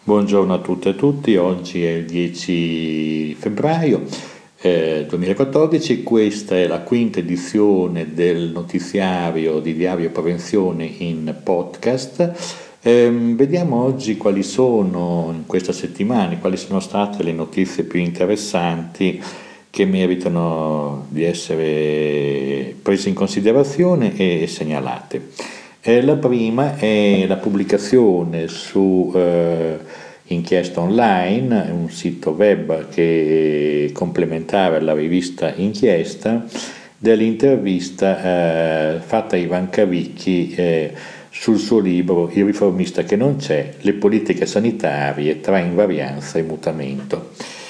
Buongiorno a tutte e a tutti, oggi è il 10 febbraio 2014, questa è la quinta edizione del notiziario di Diario Prevenzione in podcast. Vediamo oggi quali sono in questa settimana, quali sono state le notizie più interessanti che meritano di essere prese in considerazione e segnalate. La prima è la pubblicazione su Inchiesta Online, un sito web che è complementare alla rivista Inchiesta, dell'intervista fatta a Ivan Cavicchi sul suo libro Il riformista che non c'è, le politiche sanitarie tra invarianza e mutamento.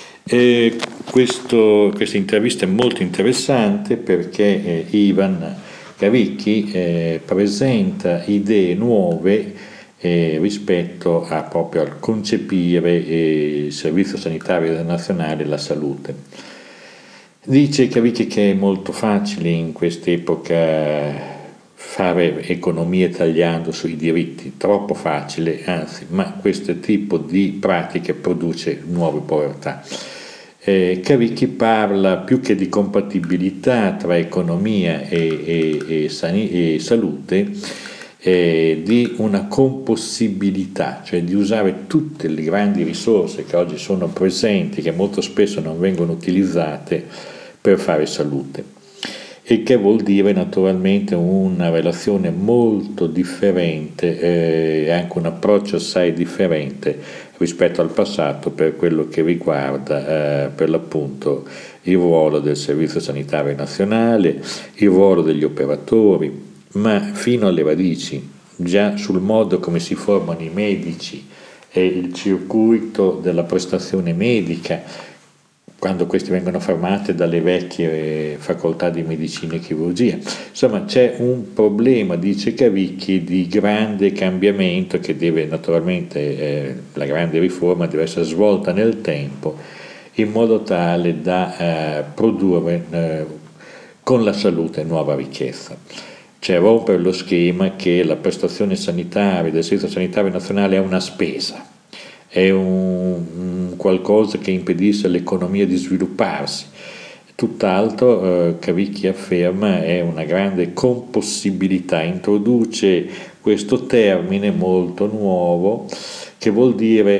Questa intervista è molto interessante perché Ivan Cavicchi presenta idee nuove rispetto proprio al concepire il Servizio Sanitario Nazionale e la salute. Dice Cavicchi che è molto facile in quest'epoca fare economie tagliando sui diritti, troppo facile, anzi, ma questo tipo di pratiche produce nuove povertà. Cavicchi parla più che di compatibilità tra economia e salute, di una compossibilità, cioè di usare tutte le grandi risorse che oggi sono presenti, che molto spesso non vengono utilizzate per fare salute. Il che vuol dire naturalmente una relazione molto differente e anche un approccio assai differente rispetto al passato per quello che riguarda per l'appunto il ruolo del Servizio Sanitario Nazionale, il ruolo degli operatori, ma fino alle radici, già sul modo come si formano i medici e il circuito della prestazione medica, quando questi vengono formati dalle vecchie facoltà di medicina e chirurgia. Insomma, c'è un problema, dice Cavicchi, di grande cambiamento che deve naturalmente, la grande riforma deve essere svolta nel tempo in modo tale da produrre con la salute nuova ricchezza. Cioè rompere lo schema che la prestazione sanitaria del Servizio Sanitario Nazionale è una spesa, è un qualcosa che impedisce all'economia di svilupparsi. Tutt'altro, Cavicchi afferma, è una grande compossibilità, introduce questo termine molto nuovo che vuol dire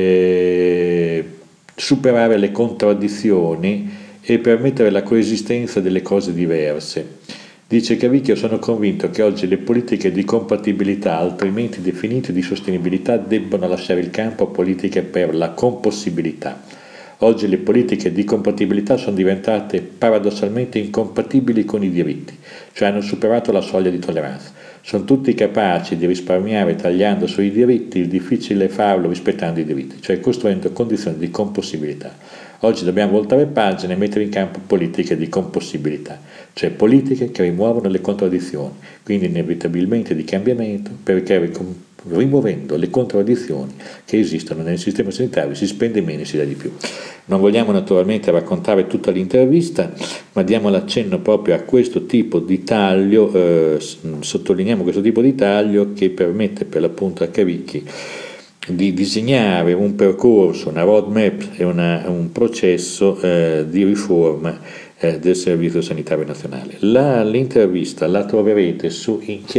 superare le contraddizioni e permettere la coesistenza delle cose diverse. Dice Cavicchi: io sono convinto che oggi le politiche di compatibilità, altrimenti definite di sostenibilità, debbano lasciare il campo a politiche per la compossibilità. Oggi le politiche di compatibilità sono diventate paradossalmente incompatibili con i diritti, cioè hanno superato la soglia di tolleranza. Sono tutti capaci di risparmiare tagliando sui diritti, il difficile è farlo rispettando i diritti, cioè costruendo condizioni di compossibilità. Oggi dobbiamo voltare pagina e mettere in campo politiche di compossibilità, cioè politiche che rimuovono le contraddizioni, quindi inevitabilmente di cambiamento, perché rimuovendo le contraddizioni che esistono nel sistema sanitario si spende meno e si dà di più. Non vogliamo naturalmente raccontare tutta l'intervista, ma diamo l'accenno proprio a questo tipo di taglio, sottolineiamo questo tipo di taglio che permette per l'appunto a Cavicchi di disegnare un percorso, una roadmap e un processo di riforma del Servizio Sanitario Nazionale. L'intervista la troverete su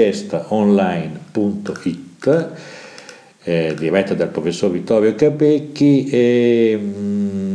inchiestaonline.it, diretta dal professor Vittorio Capecchi,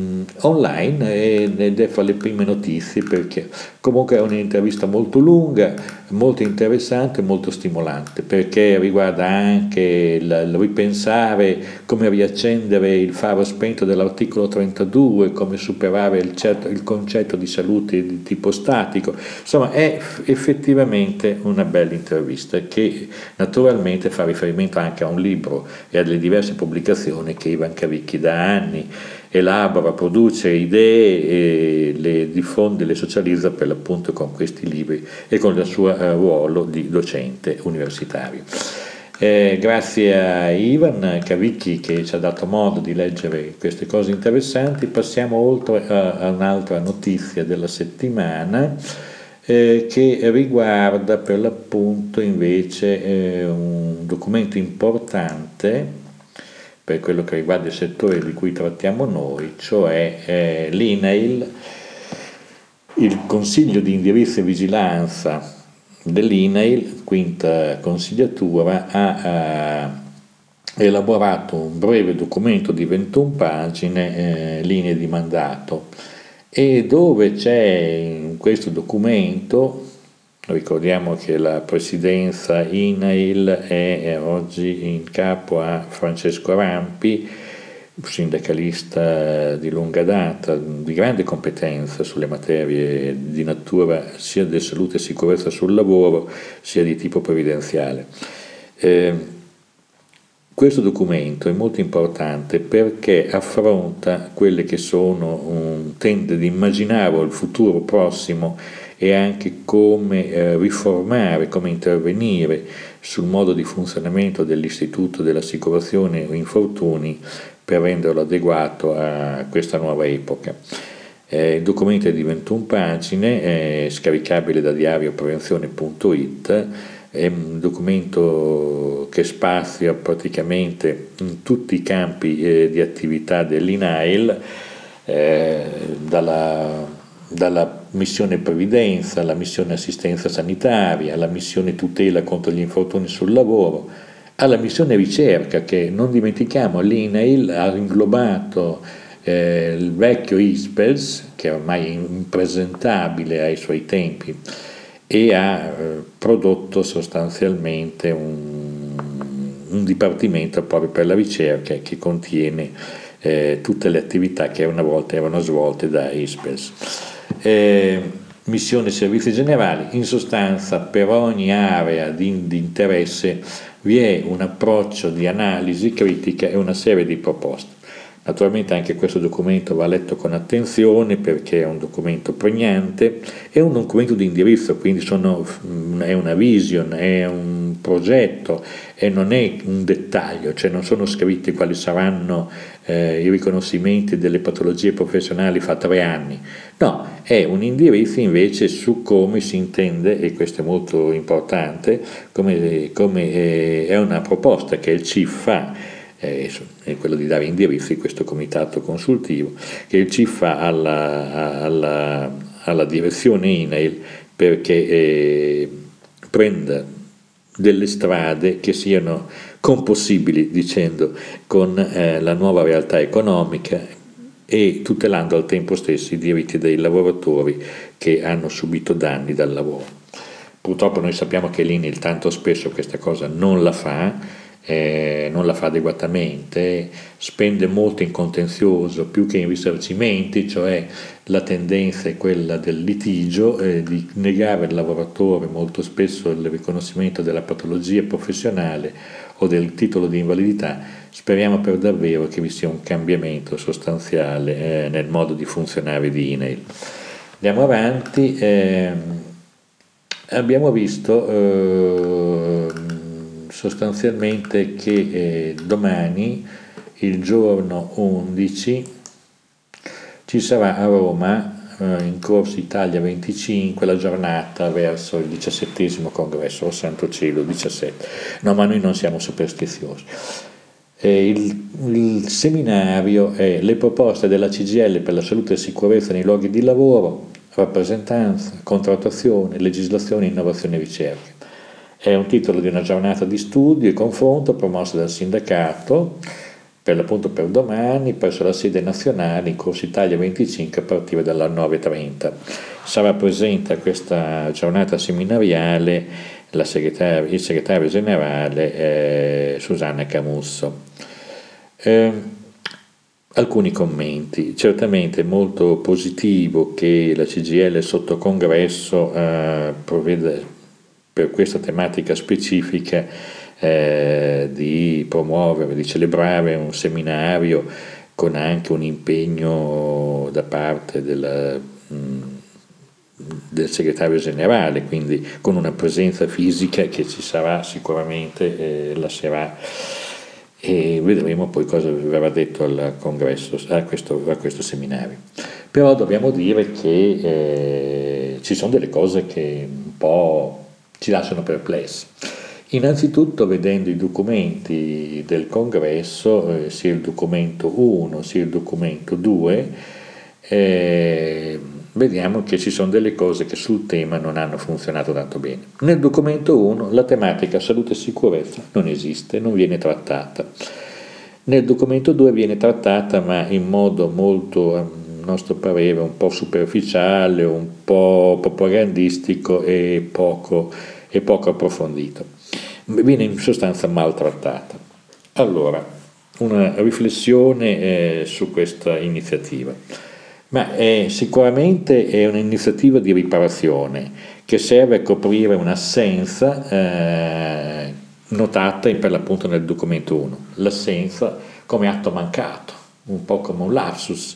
online, ed è fra le prime notizie perché comunque è un'intervista molto lunga, molto interessante, molto stimolante, perché riguarda anche il ripensare come riaccendere il faro spento dell'articolo 32, come superare il concetto di salute di tipo statico. Insomma, è effettivamente una bella intervista che naturalmente fa riferimento anche a un libro e alle diverse pubblicazioni che Ivan Cavicchi da anni elabora, produce idee e le diffonde, le socializza per l'appunto con questi libri e con il suo ruolo di docente universitario. Grazie a Ivan Cavicchi che ci ha dato modo di leggere queste cose interessanti. Passiamo oltre a un'altra notizia della settimana che riguarda per l'appunto invece un documento importante per quello che riguarda il settore di cui trattiamo noi, cioè l'INAIL, il Consiglio di indirizzo e vigilanza dell'INAIL, quinta consigliatura, ha elaborato un breve documento di 21 pagine, linee di mandato, e dove c'è in questo documento, ricordiamo che la presidenza INAIL è oggi in capo a Francesco Rampi, sindacalista di lunga data, di grande competenza sulle materie di natura sia di salute e sicurezza sul lavoro sia di tipo previdenziale. Questo documento è molto importante perché affronta quelle che sono, tende ad immaginare il futuro prossimo e anche come riformare, come intervenire sul modo di funzionamento dell'Istituto dell'Assicurazione o Infortuni per renderlo adeguato a questa nuova epoca. Il documento è di 21 pagine, è scaricabile da diarioprevenzione.it, è un documento che spazia praticamente in tutti i campi di attività dell'INAIL, dalla missione previdenza, alla missione assistenza sanitaria, alla missione tutela contro gli infortuni sul lavoro, alla missione ricerca, che non dimentichiamo l'INAIL ha inglobato il vecchio ISPELS, che è ormai impresentabile ai suoi tempi, e ha prodotto sostanzialmente un dipartimento proprio per la ricerca che contiene tutte le attività che una volta erano svolte da ISPELS. Missione servizi generali, in sostanza per ogni area di interesse vi è un approccio di analisi critica e una serie di proposte. Naturalmente anche questo documento va letto con attenzione perché è un documento pregnante, è un documento di indirizzo, quindi è una vision, è un progetto e non è un dettaglio, cioè non sono scritti quali saranno i riconoscimenti delle patologie professionali fra 3 anni, no, è un indirizzo invece su come si intende, e questo è molto importante, come è una proposta che il CIF fa, è quello di dare indirizzi a questo comitato consultivo, che il CIF fa alla direzione INAIL perché prenda delle strade che siano compossibili, dicendo, con la nuova realtà economica e tutelando al tempo stesso i diritti dei lavoratori che hanno subito danni dal lavoro. Purtroppo noi sappiamo che l'INAIL tanto spesso questa cosa non la fa adeguatamente, spende molto in contenzioso più che in risarcimenti, cioè la tendenza è quella del litigio, di negare al lavoratore molto spesso il riconoscimento della patologia professionale o del titolo di invalidità. Speriamo per davvero che vi sia un cambiamento sostanziale nel modo di funzionare di INAIL. Andiamo avanti. Abbiamo visto sostanzialmente che domani, il giorno 11, ci sarà a Roma, in Corso Italia 25, la giornata verso il 17° congresso, oh santo cielo, 17. No, ma noi non siamo superstiziosi. Il seminario è le proposte della CGIL per la salute e sicurezza nei luoghi di lavoro, rappresentanza, contrattazione, legislazione, innovazione e ricerca. È un titolo di una giornata di studio e confronto promossa dal sindacato, per l'appunto per domani, presso la sede nazionale in Corso Italia 25 a partire dalle 9:30. Sarà presente a questa giornata seminariale il segretario generale Susanna Camusso. Alcuni commenti. Certamente è molto positivo che la CGIL sotto congresso provveda per questa tematica specifica di promuovere, di celebrare un seminario con anche un impegno da parte del segretario generale, quindi con una presenza fisica che ci sarà sicuramente la sera, e vedremo poi cosa verrà detto al congresso, a questo seminario. Però dobbiamo dire che ci sono delle cose che un po' ci lasciano perplessi. Innanzitutto vedendo i documenti del congresso, sia il documento 1 sia il documento 2, vediamo che ci sono delle cose che sul tema non hanno funzionato tanto bene. Nel documento 1 la tematica salute e sicurezza non esiste, non viene trattata. Nel documento 2 viene trattata ma in modo molto, a nostro parere, un po' superficiale, un po' propagandistico e poco approfondito. Viene in sostanza maltrattata. Allora, una riflessione su questa iniziativa. Ma sicuramente è un'iniziativa di riparazione che serve a coprire un'assenza notata per l'appunto nel documento 1, l'assenza come atto mancato, un po' come un lapsus.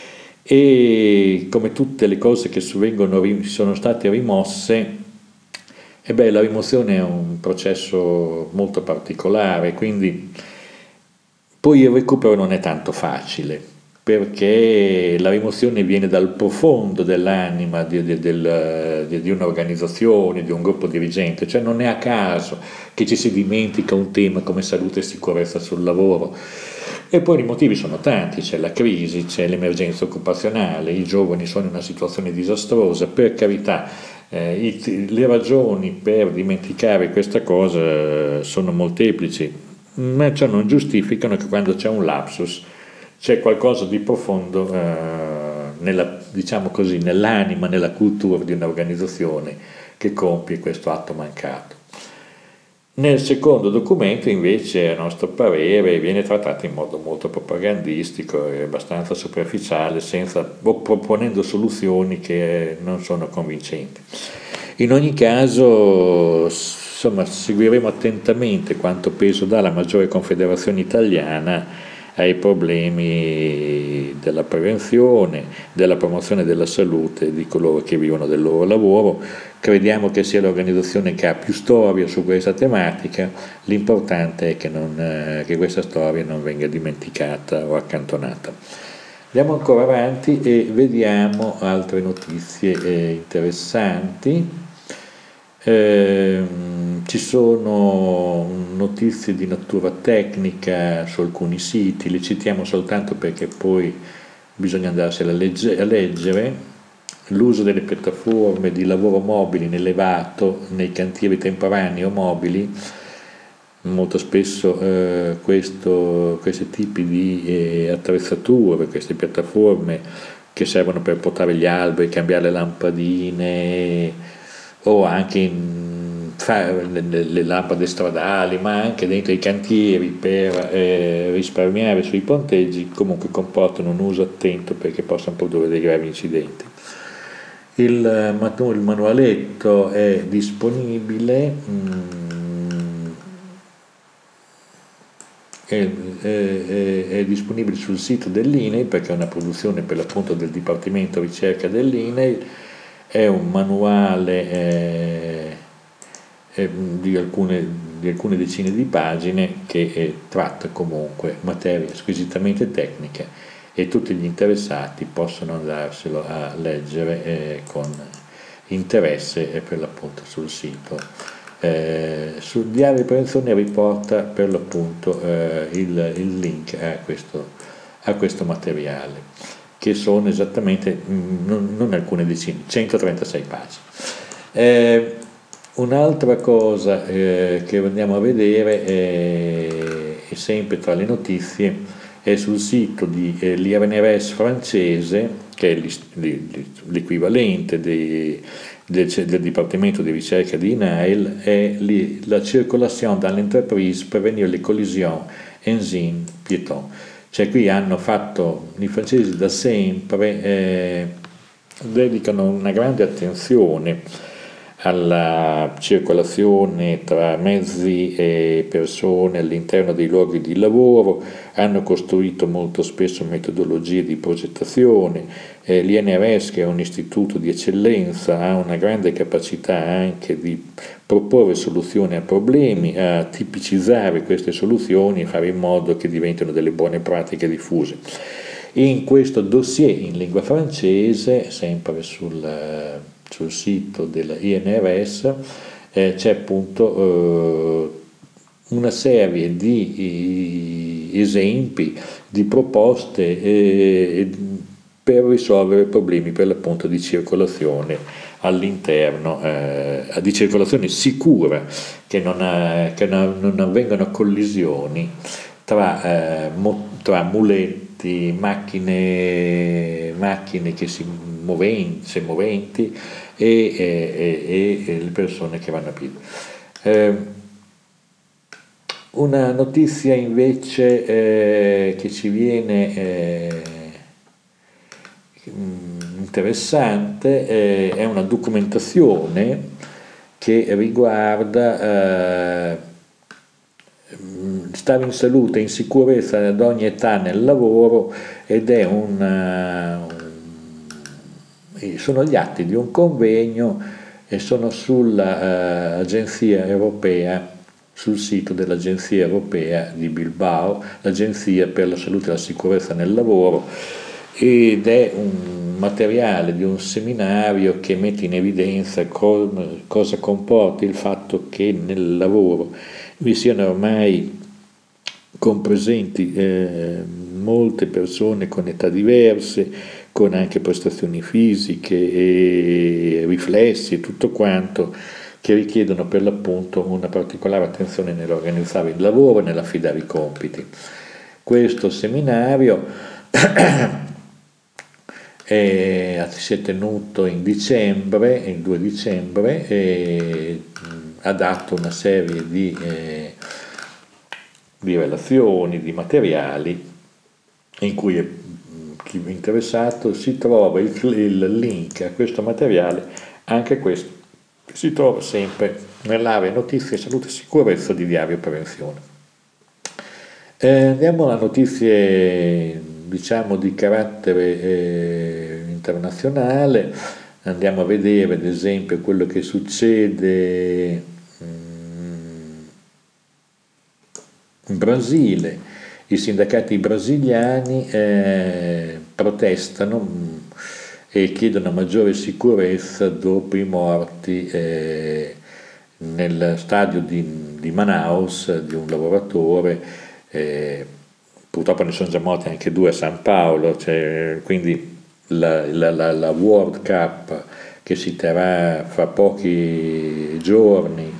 E come tutte le cose che sono state rimosse, la rimozione è un processo molto particolare, quindi poi il recupero non è tanto facile, perché la rimozione viene dal profondo dell'anima di un'organizzazione, di un gruppo dirigente, cioè non è a caso che ci si dimentica un tema come salute e sicurezza sul lavoro. E poi i motivi sono tanti, c'è la crisi, c'è l'emergenza occupazionale, i giovani sono in una situazione disastrosa, per carità. Le ragioni per dimenticare questa cosa sono molteplici, ma ciò non giustificano che quando c'è un lapsus c'è qualcosa di profondo diciamo così, nell'anima, nella cultura di un'organizzazione che compie questo atto mancato. Nel secondo documento invece, a nostro parere, viene trattato in modo molto propagandistico e abbastanza superficiale, proponendo soluzioni che non sono convincenti. In ogni caso, insomma, seguiremo attentamente quanto peso dà la maggiore Confederazione Italiana ai problemi della prevenzione, della promozione della salute di coloro che vivono del loro lavoro. Crediamo che sia l'organizzazione che ha più storia su questa tematica, l'importante è che questa storia non venga dimenticata o accantonata. Andiamo ancora avanti e vediamo altre notizie interessanti. Ci sono notizie di natura tecnica su alcuni siti, le citiamo soltanto perché poi bisogna andarsene a leggere. L'uso delle piattaforme di lavoro mobili elevato nei cantieri temporanei o mobili, molto spesso questi tipi di attrezzature, queste piattaforme che servono per portare gli alberi, cambiare le lampadine o anche fare le lampade stradali, ma anche dentro i cantieri per risparmiare sui ponteggi, comunque comportano un uso attento perché possono produrre dei gravi incidenti. Il manualetto è disponibile, è disponibile sul sito dell'INAIL perché è una produzione per l'appunto del Dipartimento Ricerca dell'INAIL. È un manuale di alcune decine di pagine che tratta comunque materie squisitamente tecniche e tutti gli interessati possono andarselo a leggere con interesse per l'appunto sul sito. Sul diario di prevenzione riporta per l'appunto il link a questo materiale, che sono esattamente, non alcune decine, 136 pagine. Un'altra cosa che andiamo a vedere è sempre tra le notizie, è sul sito dell'IRNRS francese, che è l'equivalente del Dipartimento di ricerca di INAIL, è la circulation dans l'entreprise prévenir les collisions enzine-piéton. Cioè qui hanno fatto, i francesi da sempre dedicano una grande attenzione alla circolazione tra mezzi e persone all'interno dei luoghi di lavoro, hanno costruito molto spesso metodologie di progettazione, l'INRS, che è un istituto di eccellenza, ha una grande capacità anche di proporre soluzioni a problemi, a tipicizzare queste soluzioni e fare in modo che diventino delle buone pratiche diffuse. In questo dossier in lingua francese, sempre sul sito della INRS, c'è appunto una serie di esempi, di proposte per risolvere problemi per l'appunto di circolazione all'interno, di circolazione sicura, che non avvengano collisioni tra muletti, macchine che se moventi e le persone che vanno a piedi. Una notizia invece che ci viene interessante è una documentazione che riguarda stare in salute e in sicurezza ad ogni età nel lavoro, ed è sono gli atti di un convegno e sono sull'agenzia europea, sul sito dell'Agenzia Europea di Bilbao, l'Agenzia per la Salute e la Sicurezza nel Lavoro, ed è un materiale di un seminario che mette in evidenza cosa comporta il fatto che nel lavoro vi siano ormai compresenti molte persone con età diverse, con anche prestazioni fisiche e riflessi e tutto quanto, che richiedono per l'appunto una particolare attenzione nell'organizzare il lavoro e nell'affidare i compiti. Questo seminario si è tenuto in dicembre, il 2 dicembre, e ha dato una serie di relazioni, di materiali, in cui chi è interessato si trova il link a questo materiale. Anche questo si trova sempre nell'area notizie, salute e sicurezza di Diario Prevenzione. Andiamo a notizie, diciamo, di carattere internazionale. Andiamo a vedere ad esempio quello che succede in Brasile. I sindacati brasiliani protestano e chiedono maggiore sicurezza dopo i morti nel stadio di Manaus di un lavoratore. Purtroppo ne sono già morti anche 2 a San Paolo, quindi la World Cup che si terrà fra pochi giorni,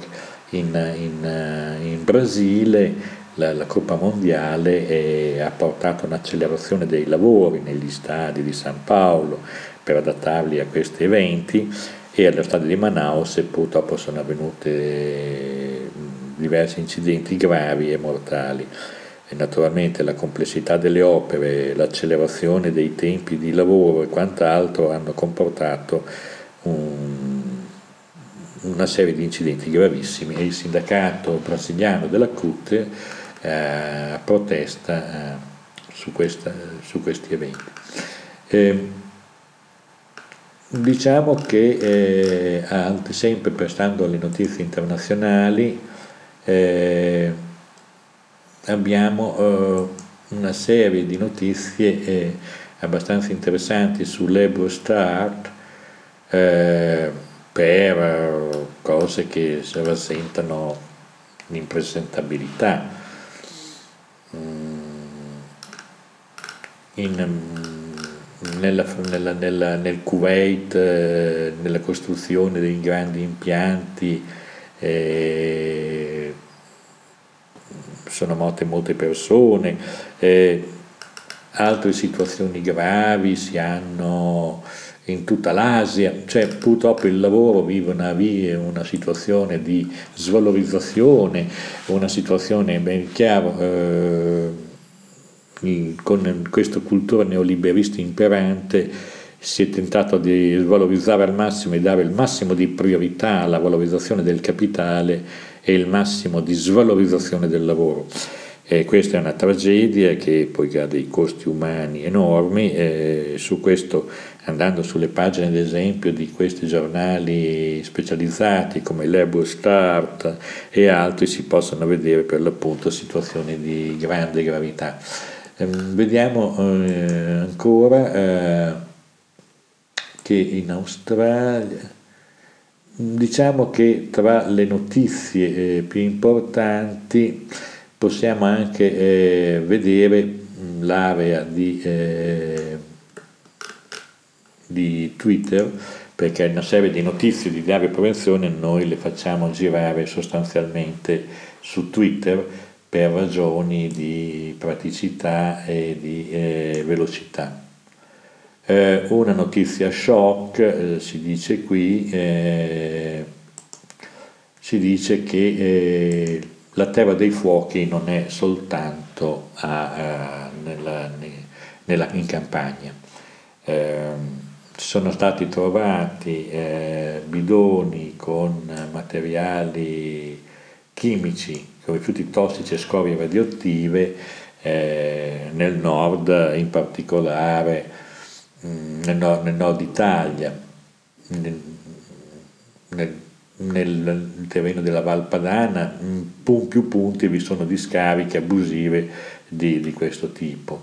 in Brasile, la Coppa Mondiale ha portato un'accelerazione dei lavori negli stadi di San Paolo per adattarli a questi eventi, e allo stadio di Manaus purtroppo sono avvenuti diversi incidenti gravi e mortali. E naturalmente la complessità delle opere, l'accelerazione dei tempi di lavoro e quant'altro hanno comportato una serie di incidenti gravissimi, e il sindacato brasiliano della CUT protesta su questi eventi. Diciamo che sempre stando alle notizie internazionali, abbiamo una serie di notizie abbastanza interessanti sull'Eurostar, per cose che si rasentano l'impresentabilità. Nel Kuwait, nella costruzione dei grandi impianti, sono morte molte persone, altre situazioni gravi si hanno in tutta l'Asia, purtroppo il lavoro vive una situazione di svalorizzazione, una situazione ben chiaro, con questa cultura neoliberista imperante si è tentato di svalorizzare al massimo e dare il massimo di priorità alla valorizzazione del capitale e il massimo di svalorizzazione del lavoro. Questa è una tragedia che poi ha dei costi umani enormi. Su questo, andando sulle pagine ad esempio di questi giornali specializzati come l'Eurostar e altri, si possono vedere per l'appunto situazioni di grande gravità. Vediamo ancora che in Australia Diciamo che tra le notizie più importanti possiamo anche vedere l'area di Twitter, perché una serie di notizie di Diario Prevenzione noi le facciamo girare sostanzialmente su Twitter per ragioni di praticità e di velocità. Una notizia shock, si dice qui, si dice che la terra dei fuochi non è soltanto in campagna. Sono stati trovati bidoni con materiali chimici, con rifiuti tossici e scorie radioattive nel nord, in particolare nel nord Italia, nel terreno della Val Padana, in più punti vi sono discariche abusive di questo tipo.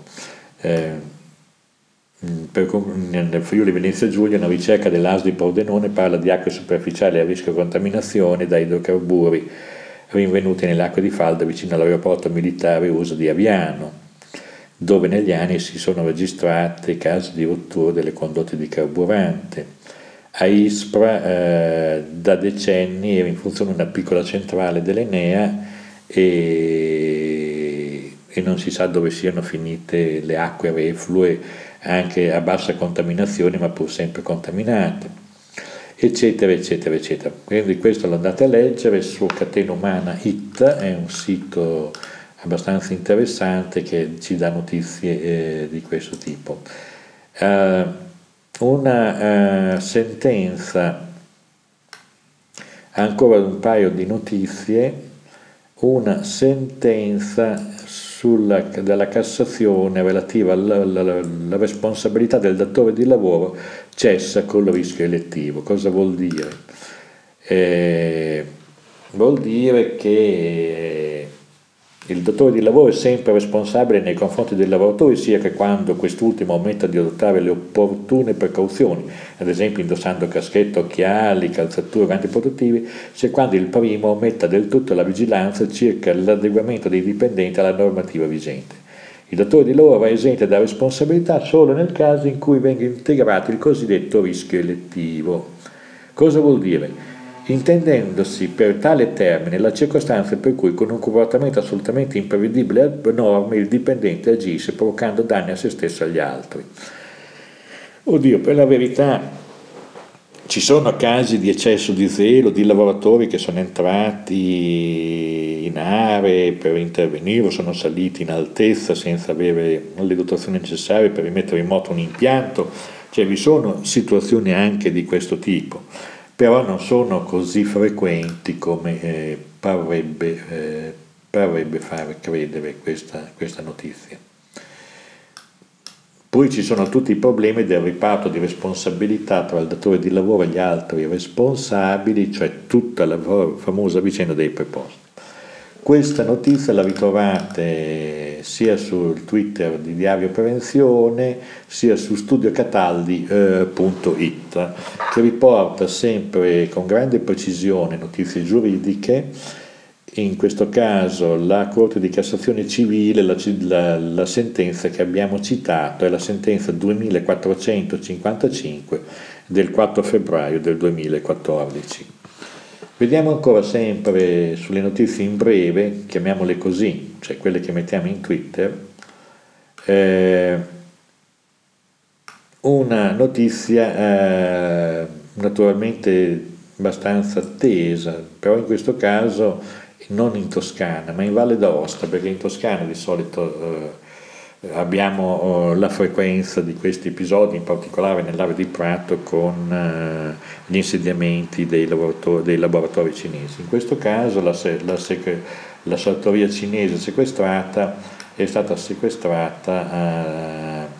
Nel Friuli Venezia Giulia una ricerca dell'AS di Pordenone parla di acque superficiali a rischio contaminazione da idrocarburi rinvenuti nelle acque di falda vicino all'aeroporto militare uso di Aviano, dove negli anni si sono registrati casi di rottura delle condotte di carburante. A Ispra da decenni era in funzione una piccola centrale dell'Enea e non si sa dove siano finite le acque reflue, anche a bassa contaminazione ma pur sempre contaminate, eccetera eccetera eccetera. Quindi questo lo andate a leggere su Catena Umana IT, è un sito abbastanza interessante che ci dà notizie di questo tipo. Una sentenza, ancora un paio di notizie, una sentenza della Cassazione relativa alla responsabilità del datore di lavoro cessa col rischio elettivo. Cosa vuol dire? Vuol dire che il datore di lavoro è sempre responsabile nei confronti del lavoratore, sia che quando quest'ultimo ometta di adottare le opportune precauzioni, ad esempio indossando caschetto, occhiali, calzature, guanti protettivi, sia quando il primo ometta del tutto la vigilanza circa l'adeguamento dei dipendenti alla normativa vigente. Il datore di lavoro è esente da responsabilità solo nel caso in cui venga integrato il cosiddetto rischio elettivo. Cosa vuol dire? Intendendosi per tale termine la circostanza per cui con un comportamento assolutamente imprevedibile e abnorme il dipendente agisce provocando danni a se stesso e agli altri. Oddio, per la verità ci sono casi di eccesso di zelo di lavoratori che sono entrati in aree per intervenire o sono saliti in altezza senza avere le dotazioni necessarie per rimettere in moto un impianto, cioè vi sono situazioni anche di questo tipo, però non sono così frequenti come parrebbe far credere questa notizia. Poi ci sono tutti i problemi del riparto di responsabilità tra il datore di lavoro e gli altri responsabili, cioè tutta la famosa vicenda dei preposti. Questa notizia la ritrovate sia sul Twitter di Diario Prevenzione sia su studiocataldi.it, che riporta sempre con grande precisione notizie giuridiche. In questo caso la Corte di Cassazione Civile, la sentenza che abbiamo citato è la sentenza 2455 del 4 febbraio del 2014. Vediamo ancora sempre sulle notizie in breve, chiamiamole così, cioè quelle che mettiamo in Twitter, una notizia naturalmente abbastanza attesa, però in questo caso non in Toscana, ma in Valle d'Aosta, perché in Toscana di solito abbiamo la frequenza di questi episodi, in particolare nell'area di Prato, con gli insediamenti dei laboratori cinesi. In questo caso la sartoria cinese sequestrata è stata sequestrata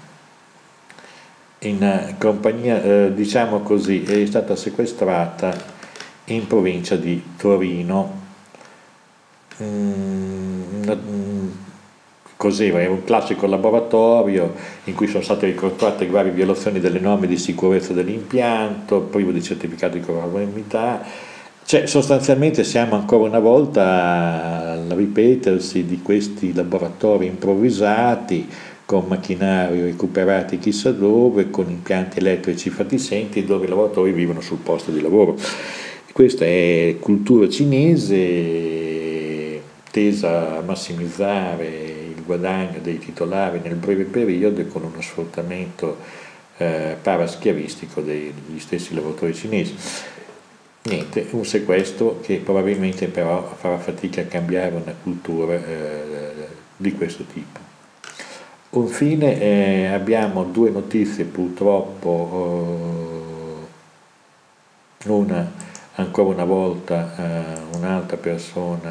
in compagnia, diciamo così, è stata sequestrata in provincia di Torino. cos'era? Era un classico laboratorio in cui sono state ricontrollate gravi violazioni delle norme di sicurezza dell'impianto, privo di certificato di conformità. Cioè, sostanzialmente siamo ancora una volta al ripetersi di questi laboratori improvvisati, con macchinari recuperati chissà dove, con impianti elettrici fatisenti, dove i lavoratori vivono sul posto di lavoro. Questa è cultura cinese tesa a massimizzare il guadagno dei titolari nel breve periodo e con uno sfruttamento paraschiavistico degli stessi lavoratori cinesi. Niente, un sequestro che probabilmente però farà fatica a cambiare una cultura di questo tipo. Infine abbiamo due notizie purtroppo, una ancora una volta un'altra persona,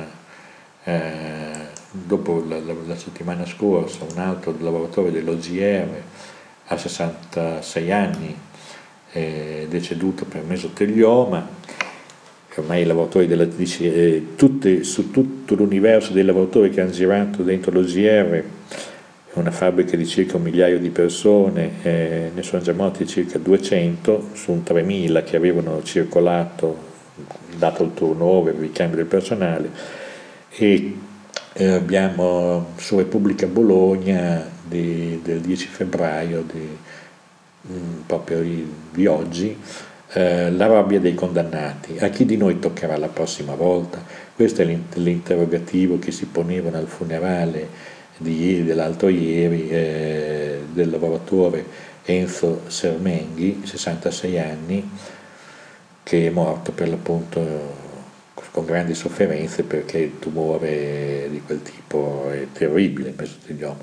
dopo la settimana scorsa, un altro lavoratore dell'OGR a 66 anni, deceduto per mesotelioma. Ormai i lavoratori su tutto l'universo dei lavoratori che hanno girato dentro l'OGR, una fabbrica di circa 1 migliaio di persone, ne sono già morti circa 200 su un 3.000 che avevano circolato, dato il turnover, il ricambio del personale, e abbiamo su Repubblica Bologna del 10 febbraio proprio di oggi, la rabbia dei condannati. A chi di noi toccherà la prossima volta? Questo è l'interrogativo che si ponevano al funerale dell'altro ieri, del lavoratore Enzo Sermenghi, 66 anni, che è morto per l'appunto con grandi sofferenze perché il tumore di quel tipo è terribile, il mesotelioma.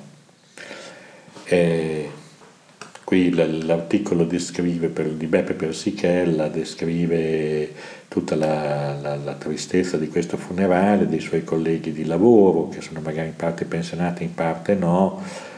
Qui l'articolo descrive di Beppe Persichella, descrive tutta la tristezza di questo funerale, dei suoi colleghi di lavoro, che sono magari in parte pensionati, in parte no,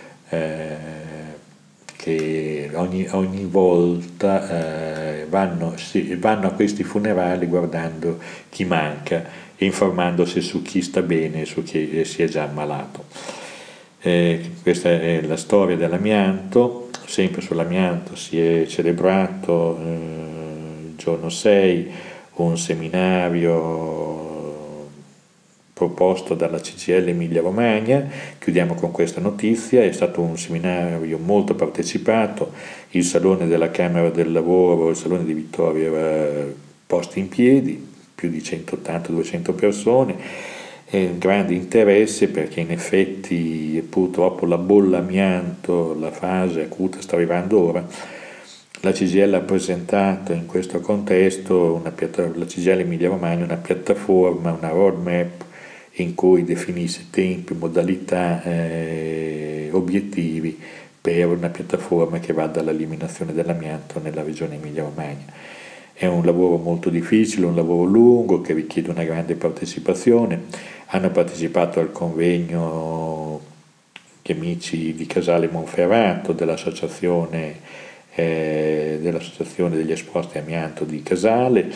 che ogni volta vanno a questi funerali guardando chi manca e informandosi su chi sta bene e su chi si è già ammalato. Questa è la storia dell'amianto. Sempre sull'amianto si è celebrato il giorno 6 un seminario proposto dalla CGIL Emilia Romagna. Chiudiamo con questa notizia: è stato un seminario molto partecipato, il Salone della Camera del Lavoro, il Salone di Vittoria era posto in piedi, più di 180-200 persone. È un grande interesse perché in effetti purtroppo la bolla amianto, la fase acuta sta arrivando ora. La CGIL ha presentato in questo contesto, la CGIL Emilia Romagna, una piattaforma, una roadmap in cui definisse tempi, modalità, obiettivi per una piattaforma che va dall'eliminazione dell'amianto nella regione Emilia Romagna. È un lavoro molto difficile, un lavoro lungo che richiede una grande partecipazione. Hanno partecipato al convegno gli amici di Casale Monferrato dell'associazione degli esposti amianto di Casale,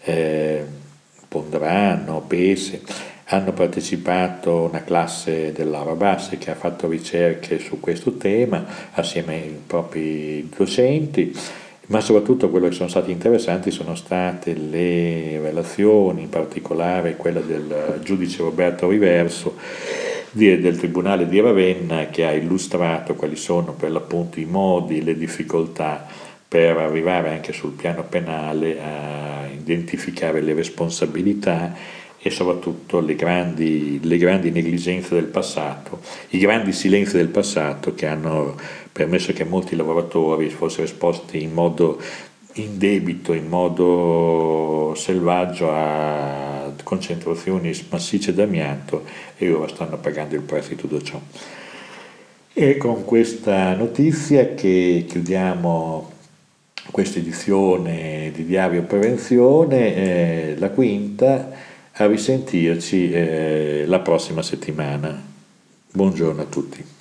Pondrano, Pese. Hanno partecipato una classe dell'Aura Bassi che ha fatto ricerche su questo tema assieme ai propri docenti. Ma soprattutto quello che sono stati interessanti sono state le relazioni, in particolare quella del giudice Roberto Riverso del Tribunale di Ravenna, che ha illustrato quali sono per l'appunto i modi e le difficoltà per arrivare anche sul piano penale a identificare le responsabilità e soprattutto le grandi negligenze del passato, i grandi silenzi del passato che hanno permesso che molti lavoratori fossero esposti in modo indebito, in modo selvaggio a concentrazioni massicce d'amianto e ora stanno pagando il prezzo di tutto ciò. E con questa notizia che chiudiamo questa edizione di Diario Prevenzione, la quinta. A risentirci la prossima settimana. Buongiorno a tutti.